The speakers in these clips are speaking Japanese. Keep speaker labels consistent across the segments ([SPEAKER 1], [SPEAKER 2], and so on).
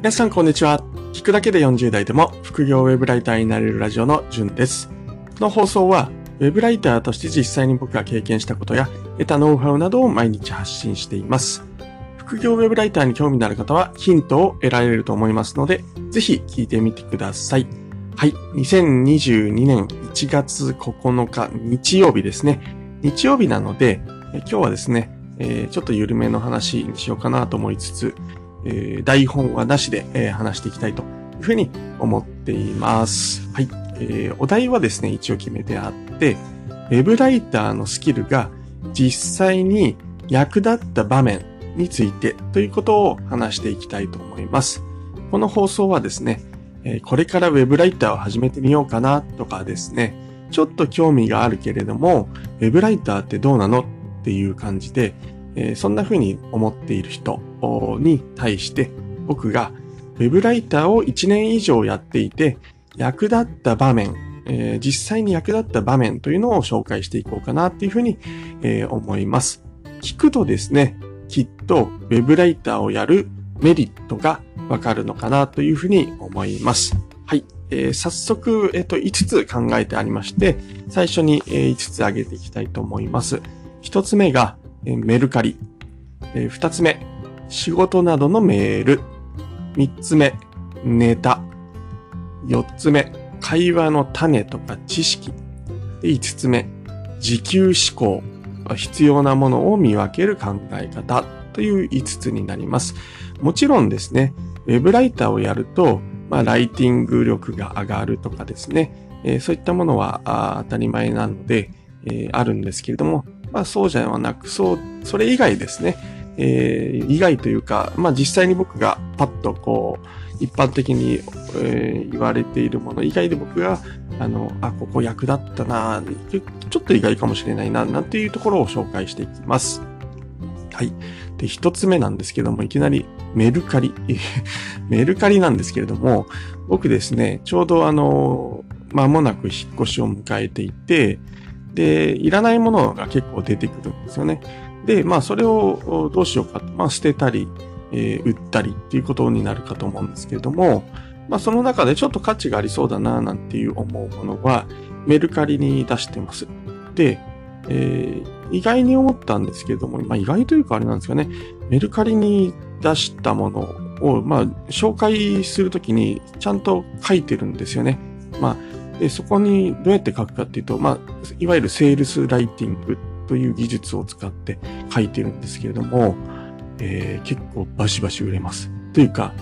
[SPEAKER 1] 皆さんこんにちは。聞くだけで40代でも副業ウェブライターになれるラジオのじゅんです。この放送はウェブライターとして実際に僕が経験したことや得たノウハウなどを毎日発信しています。副業ウェブライターに興味のある方はヒントを得られると思いますので、ぜひ聞いてみてください。はい。2022年1月9日日曜日ですね。日曜日なので、今日はですね、ちょっと緩めの話にしようかなと思いつつ、台本はなしで、話していきたいというふうに思っています。はい。お題はですね、一応決めてあって、ウェブライターのスキルが実際に役立った場面についてということを話していきたいと思います。この放送はですね、これからウェブライターを始めてみようかなとかですね、ちょっと興味があるけれども、ウェブライターってどうなのっていう感じで、そんな風に思っている人に対して僕がウェブライターを1年以上やっていて役立った場面、実際に役立った場面というのを紹介していこうかなっていう風に、思います。聞くとですね、きっとウェブライターをやるメリットがわかるのかなという風に思います。はい。早速、5つ考えてありまして、最初に、5つ挙げていきたいと思います。1つ目が、メルカリ。2つ目、仕事などのメール。3つ目、ネタ。4つ目、会話の種とか知識。5つ目、時給思考。必要なものを見分ける考え方という5つになります。もちろんですね、ウェブライターをやると、ライティング力が上がるとかですね、そういったものは当たり前なので、あるんですけれども、そうじゃなく、それ以外ですね、以外というか、実際に僕がパッとこう、一般的に、言われているもの以外で僕が、ここ役立ったな、ちょっと意外かもしれないな、なんていうところを紹介していきます。はい。で、一つ目なんですけども、いきなりメルカリ。メルカリなんですけれども、僕ですね、ちょうど間もなく引っ越しを迎えていて、で、いらないものが結構出てくるんですよね。で、それをどうしようかと、捨てたり、売ったりっていうことになるかと思うんですけれども、その中でちょっと価値がありそうだな、なんていう思うものは、メルカリに出してます。で、意外に思ったんですけれども、意外というかあれなんですかね、メルカリに出したものを、紹介するときにちゃんと書いてるんですよね。で、そこにどうやって書くかっていうと、いわゆるセールスライティングという技術を使って書いてるんですけれども、結構バシバシ売れます。というか、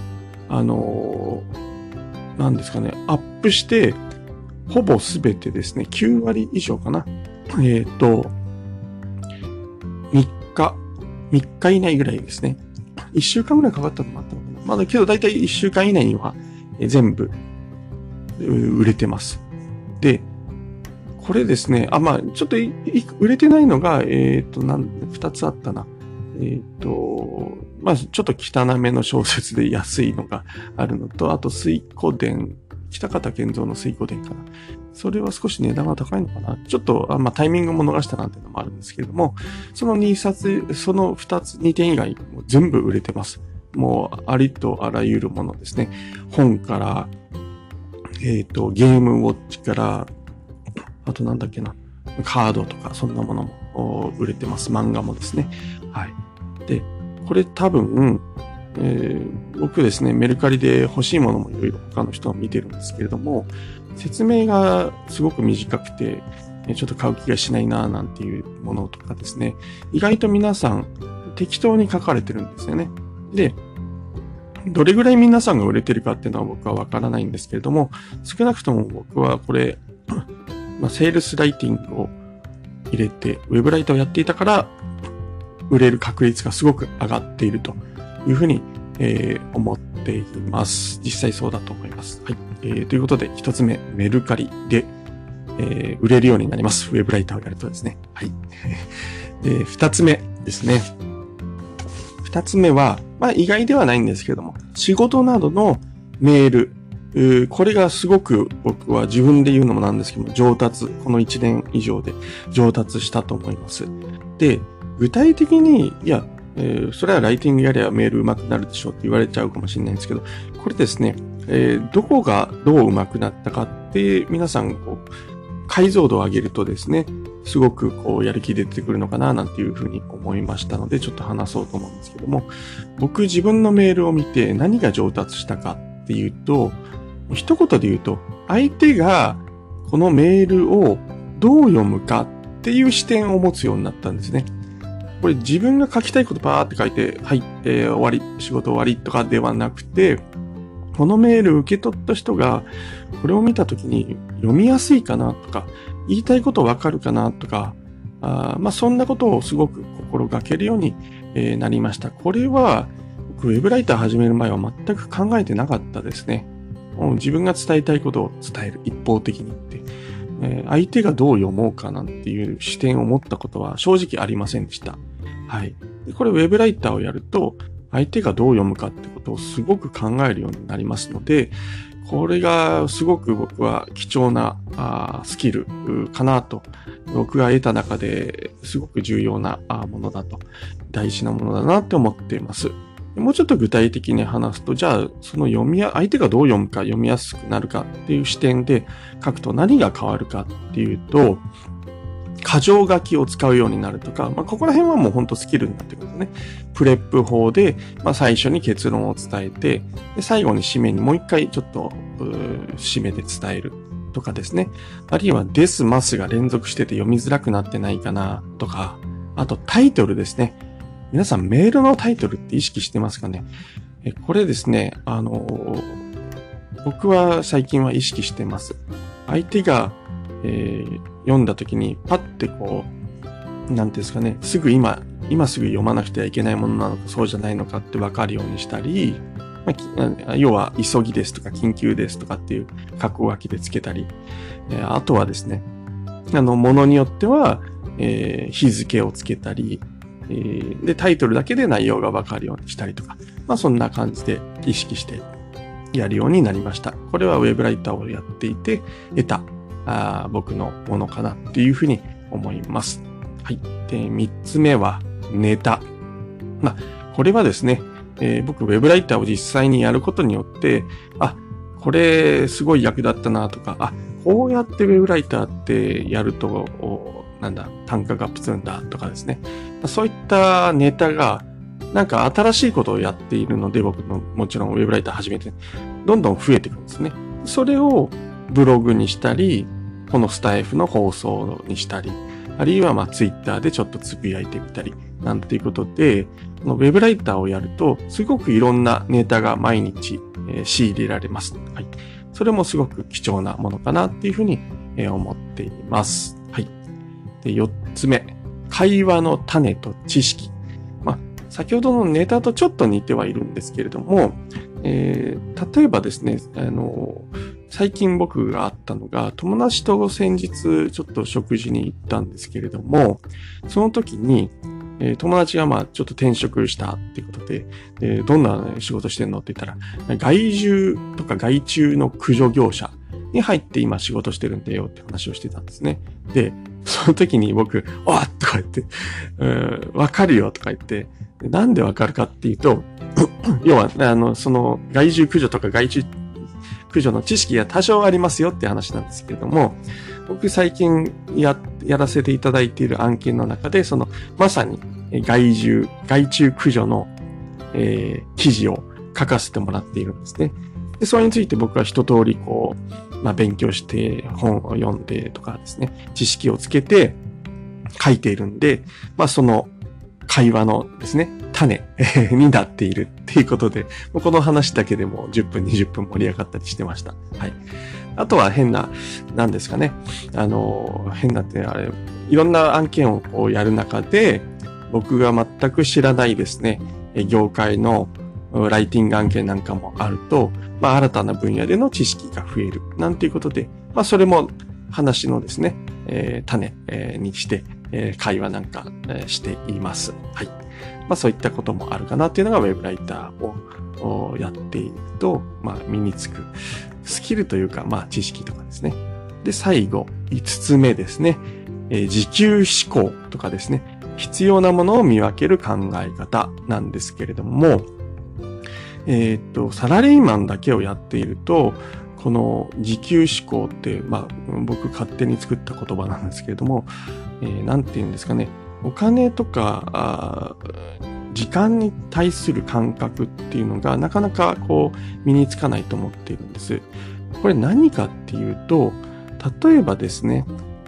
[SPEAKER 1] なんですかね、アップして、ほぼすべてですね、9割以上かな。3日以内ぐらいですね。1週間ぐらいかかったのもあったのかな。だけどだいたい1週間以内には全部売れてます。で、これですね、ちょっと売れてないのが、2つあったな。ちょっと汚めの小説で安いのがあるのと、あと水湖伝、北方健三の水湖伝かな。それは少し値段が高いのかな。ちょっと、タイミングも逃したなんていうのもあるんですけれども、その2つ、2点以外も全部売れてます。もう、ありとあらゆるものですね。本から、ゲームウォッチから、あとなんだっけな、カードとか、そんなものも売れてます。漫画もですね。はい。で、これ多分、僕ですね、メルカリで欲しいものもいろいろ他の人は見てるんですけれども、説明がすごく短くて、ちょっと買う気がしないななんていうものとかですね、意外と皆さん適当に書かれてるんですよね。で、どれぐらい皆さんが売れてるかっていうのは僕はわからないんですけれども、少なくとも僕はこれ、セールスライティングを入れて、ウェブライターをやっていたから、売れる確率がすごく上がっているというふうに、思っています。実際そうだと思います。はい。ということで、一つ目、メルカリで、売れるようになります。ウェブライターをやるとですね。はい。二つ目ですね。二つ目は、意外ではないんですけども、仕事などのメール、これがすごく僕は自分で言うのもなんですけども、この1年以上で上達したと思います。で、具体的に、 それはライティングやればメール上手くなるでしょうって言われちゃうかもしれないんですけど、これですね、どこがどう上手くなったかって皆さんこう解像度を上げるとですね、すごくこうやる気出てくるのかななんていうふうに思いましたので、ちょっと話そうと思うんですけども、僕自分のメールを見て何が上達したかっていうと、一言で言うと、相手がこのメールをどう読むかっていう視点を持つようになったんですね。これ自分が書きたいことバーって書いて、はい、終わり、仕事終わりとかではなくて、このメール受け取った人がこれを見たときに読みやすいかなとか、言いたいことわかるかなとか、そんなことをすごく心がけるようになりました。これは僕ウェブライター始める前は全く考えてなかったですね。自分が伝えたいことを伝える、一方的にって。相手がどう読もうかなんていう視点を持ったことは正直ありませんでした。はい。これウェブライターをやると、相手がどう読むかってことをすごく考えるようになりますので、これがすごく僕は貴重なスキルかなと、僕が得た中ですごく重要なものだと、大事なものだなって思っています。もうちょっと具体的に話すと、じゃあその相手がどう読むか読みやすくなるかっていう視点で書くと何が変わるかっていうと、箇条書きを使うようになるとか、ここら辺はもう本当スキルになってくるんですね。プレップ法で、最初に結論を伝えて、で最後に締めにもう一回ちょっと締めで伝えるとかですね。あるいはですますが連続してて読みづらくなってないかなとか、あとタイトルですね。皆さんメールのタイトルって意識してますかね？これですね、僕は最近は意識してます。相手が読んだ時にパッてこう、なんていうんですかね、今すぐ読まなくてはいけないものなのかそうじゃないのかって分かるようにしたり、要は急ぎですとか緊急ですとかっていう括弧書きでつけたり、あとはですね、ものによっては、日付をつけたり、でタイトルだけで内容が分かるようにしたりとか、そんな感じで意識してやるようになりました。これはウェブライターをやっていて得た僕のものかなっていうふうに思います。はい。で、3つ目はネタ。これはですね、僕ウェブライターを実際にやることによって、これすごい役立ったなとか、こうやってウェブライターってやると、単価がプツンだとかですね。そういったネタが、新しいことをやっているので、僕のもちろんウェブライター始めて、どんどん増えていくんですね。それをブログにしたり、このスタイフの放送にしたり、あるいはツイッターでちょっとつぶやいてみたり、なんていうことで、このウェブライターをやると、すごくいろんなネタが毎日、仕入れられます。はい。それもすごく貴重なものかなっていうふうに、思っています。はい。で、4つ目。会話の種と知識。先ほどのネタとちょっと似てはいるんですけれども、例えばですね、最近僕があったのが、友達と先日ちょっと食事に行ったんですけれども、その時に、友達がちょっと転職したっていうことで、どんな仕事してんのって言ったら、害獣とか害虫の駆除業者に入って今仕事してるんだよって話をしてたんですね。で、その時に僕、わっとか言って、わかるよとか言って、なんでわかるかっていうと、要は、その害獣駆除とか害虫駆除の知識が多少ありますよって話なんですけれども、僕最近やらせていただいている案件の中で、まさに害虫駆除の、記事を書かせてもらっているんですね。で、それについて僕は一通り勉強して本を読んでとかですね、知識をつけて書いているんで、その会話のですね、種になっているっていうことで、この話だけでも10分、20分盛り上がったりしてました。はい。あとはなんですかね。変なっていろんな案件をやる中で、僕が全く知らないですね、業界のライティング案件なんかもあると、新たな分野での知識が増える。なんていうことで、それも話のですね、種にして、会話なんかしています。はい。そういったこともあるかなっていうのがウェブライターをやっていると、身につくスキルというか、知識とかですね。で、最後、5つ目ですね。時給思考とかですね。 必要なものを見分ける考え方なんですけれども、サラリーマンだけをやっていると、この時給思考って、僕勝手に作った言葉なんですけれども、なんて言うんですかね、お金とか、時間に対する感覚っていうのがなかなか身につかないと思っているんです。これ何かっていうと、例えばですね、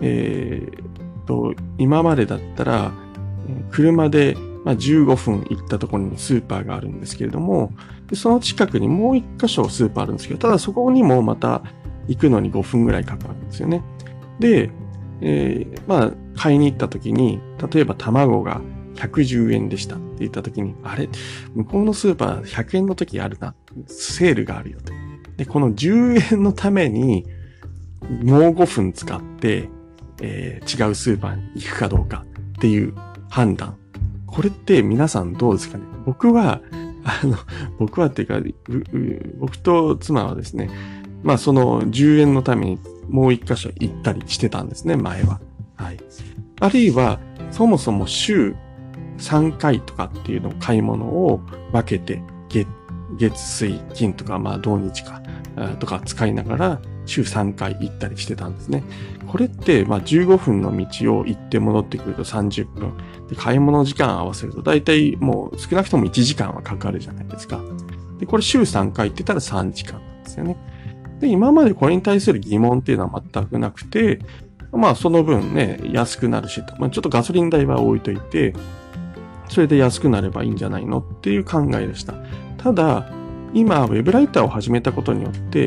[SPEAKER 1] 今までだったら、車で15分行ったところにスーパーがあるんですけれども、その近くにもう一箇所スーパーあるんですけど、ただそこにもまた行くのに5分ぐらいかかるんですよね。で、買いに行った時に、例えば卵が110円でしたって言った時に、あれ、向こうのスーパー100円の時あるな、セールがあるよと。で、この10円のためにもう5分使って、違うスーパーに行くかどうかっていう判断。これって皆さんどうですかね。僕はっていうか、僕と妻はですね、その10円のためにもう一箇所行ったりしてたんですね、前は。はい。あるいは、そもそも週3回とかっていうのを買い物を分けて、月水金とか、土日か、とか使いながら週3回行ったりしてたんですね。これって、15分の道を行って戻ってくると30分。で、買い物時間合わせると、だいたいもう少なくとも1時間はかかるじゃないですか。で、これ週3回って言ったら3時間なんですよね。で、今までこれに対する疑問っていうのは全くなくて、その分ね、安くなるし、ちょっとガソリン代は置いといて、それで安くなればいいんじゃないのっていう考えでした。ただ、今、ウェブライターを始めたことによって、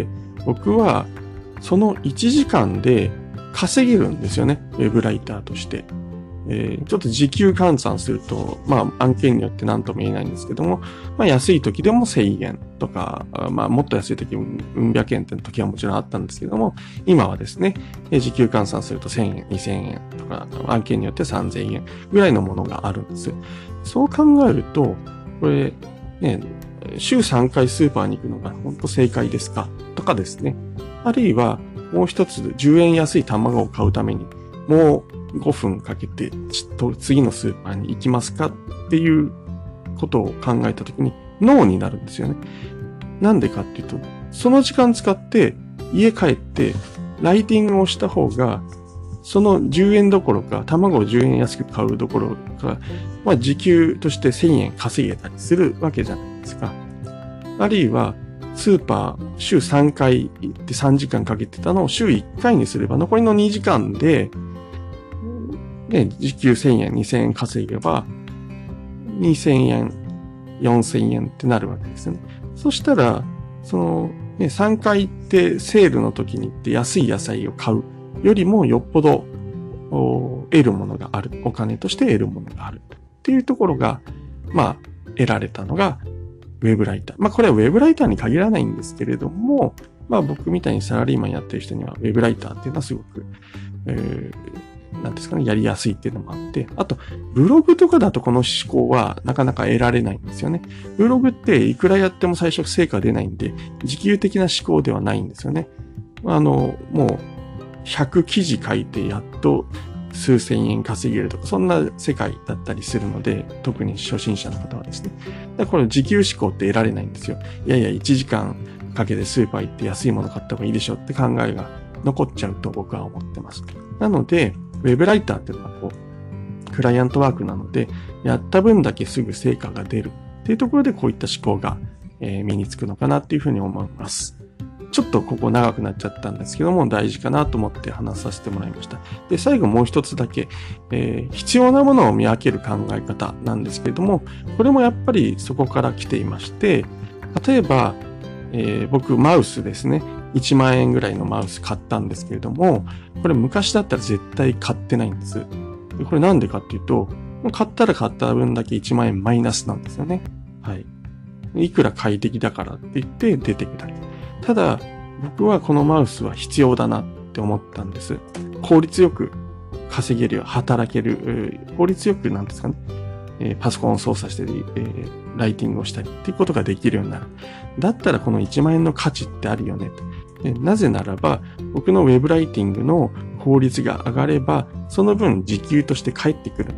[SPEAKER 1] 僕は、その1時間で稼げるんですよね。ウェブライターとして。ちょっと時給換算すると、案件によって何とも言えないんですけども、安い時でも1000円とか、もっと安い時もうん百円って時はもちろんあったんですけども、今はですね、時給換算すると1000円、2000円とか、案件によって3000円ぐらいのものがあるんです。そう考えると、これ、ね、週3回スーパーに行くのが本当正解ですかとかですね。あるいは、もう一つ10円安い卵を買うために、もう5分かけて次のスーパーに行きますかっていうことを考えたときに、ノーになるんですよね。なんでかっていうと、その時間使って家帰ってライティングをした方が、その10円どころか、卵を10円安く買うどころか、時給として1000円稼げたりするわけじゃないですか。あるいは、スーパー週3回行って3時間かけてたのを週1回にすれば、残りの2時間で、時給1000円、2000円稼げば、2000円、4000円ってなるわけですよね。そしたら、3回行ってセールの時に行って安い野菜を買うよりもよっぽど得るものがある。お金として得るものがある。っていうところが、得られたのが、ウェブライター。これはウェブライターに限らないんですけれども、僕みたいにサラリーマンやってる人には、ウェブライターっていうのはすごく、なんですかね、やりやすいっていうのもあって、あと、ブログとかだとこの思考はなかなか得られないんですよね。ブログっていくらやっても最初成果出ないんで、時給的な思考ではないんですよね。もう、100記事書いてやっと数千円稼げるとか、そんな世界だったりするので、特に初心者の方はですね。だからこの時給思考って得られないんですよ。いやいや、1時間かけてスーパー行って安いもの買った方がいいでしょって考えが残っちゃうと僕は思ってます。なので、ウェブライターっていうのはクライアントワークなので、やった分だけすぐ成果が出るっていうところでこういった思考が身につくのかなっていうふうに思います。ちょっとここ長くなっちゃったんですけども、大事かなと思って話させてもらいました。で、最後もう一つだけ、必要なものを見分ける考え方なんですけれども、これもやっぱりそこから来ていまして、例えば、僕マウスですね。1万円ぐらいのマウス買ったんですけれども、これ昔だったら絶対買ってないんです。でこれなんでかっていうと、買ったら買った分だけ1万円マイナスなんですよね。はい。いくら快適だからって言って出てくる。ただ、僕はこのマウスは必要だなって思ったんです。効率よく稼げるよ、働ける、効率よくなんですかね、パソコンを操作したり、ライティングをしたりっていうことができるようになる。だったらこの1万円の価値ってあるよねと。なぜならば、僕のウェブライティングの効率が上がれば、その分時給として返ってくるんで、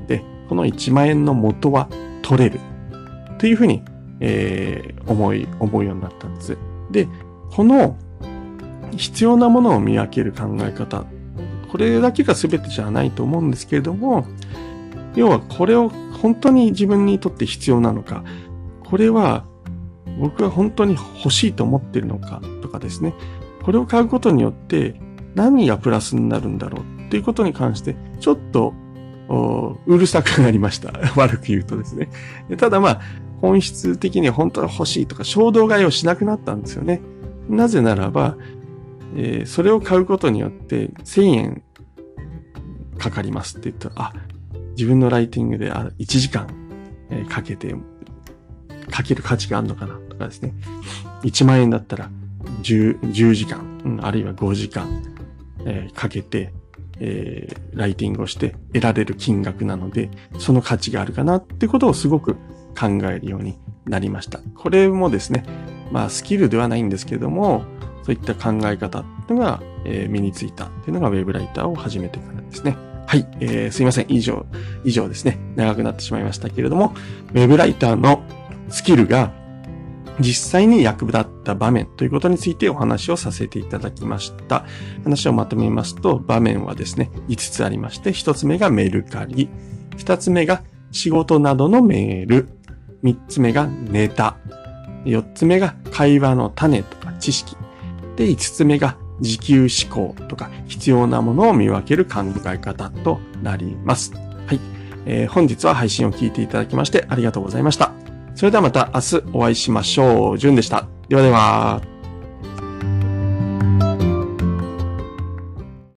[SPEAKER 1] この1万円の元は取れる。というふうに、思うようになったんです。で、この必要なものを見分ける考え方、これだけが全てじゃないと思うんですけれども、要はこれを本当に自分にとって必要なのか、これは僕は本当に欲しいと思ってるのかとかですね、これを買うことによって何がプラスになるんだろうっていうことに関してちょっとうるさくなりました。悪く言うとですね。ただまあ本質的には本当は欲しいとか衝動買いをしなくなったんですよね。なぜならば、それを買うことによって1000円かかりますって言ったら、自分のライティングで1時間かける価値があるのかなとかですね。1万円だったら10時間、あるいは5時間、かけて、ライティングをして得られる金額なので、その価値があるかなってことをすごく考えるようになりました。これもですね、まあスキルではないんですけれども、そういった考え方っていうのが、身についたっていうのがウェブライターを始めてからですね。はい、すいません。以上ですね。長くなってしまいましたけれども、ウェブライターのスキルが実際に役立った場面ということについてお話をさせていただきました。話をまとめますと、場面はですね、5つありまして、1つ目がメルカリ、2つ目が仕事などのメール、3つ目がネタ、4つ目が会話の種とか知識、で、5つ目が時給志向とか必要なものを見分ける考え方となります。はい、本日は配信を聞いていただきましてありがとうございました。それではまた明日お会いしましょう。じゅんでした。ではでは。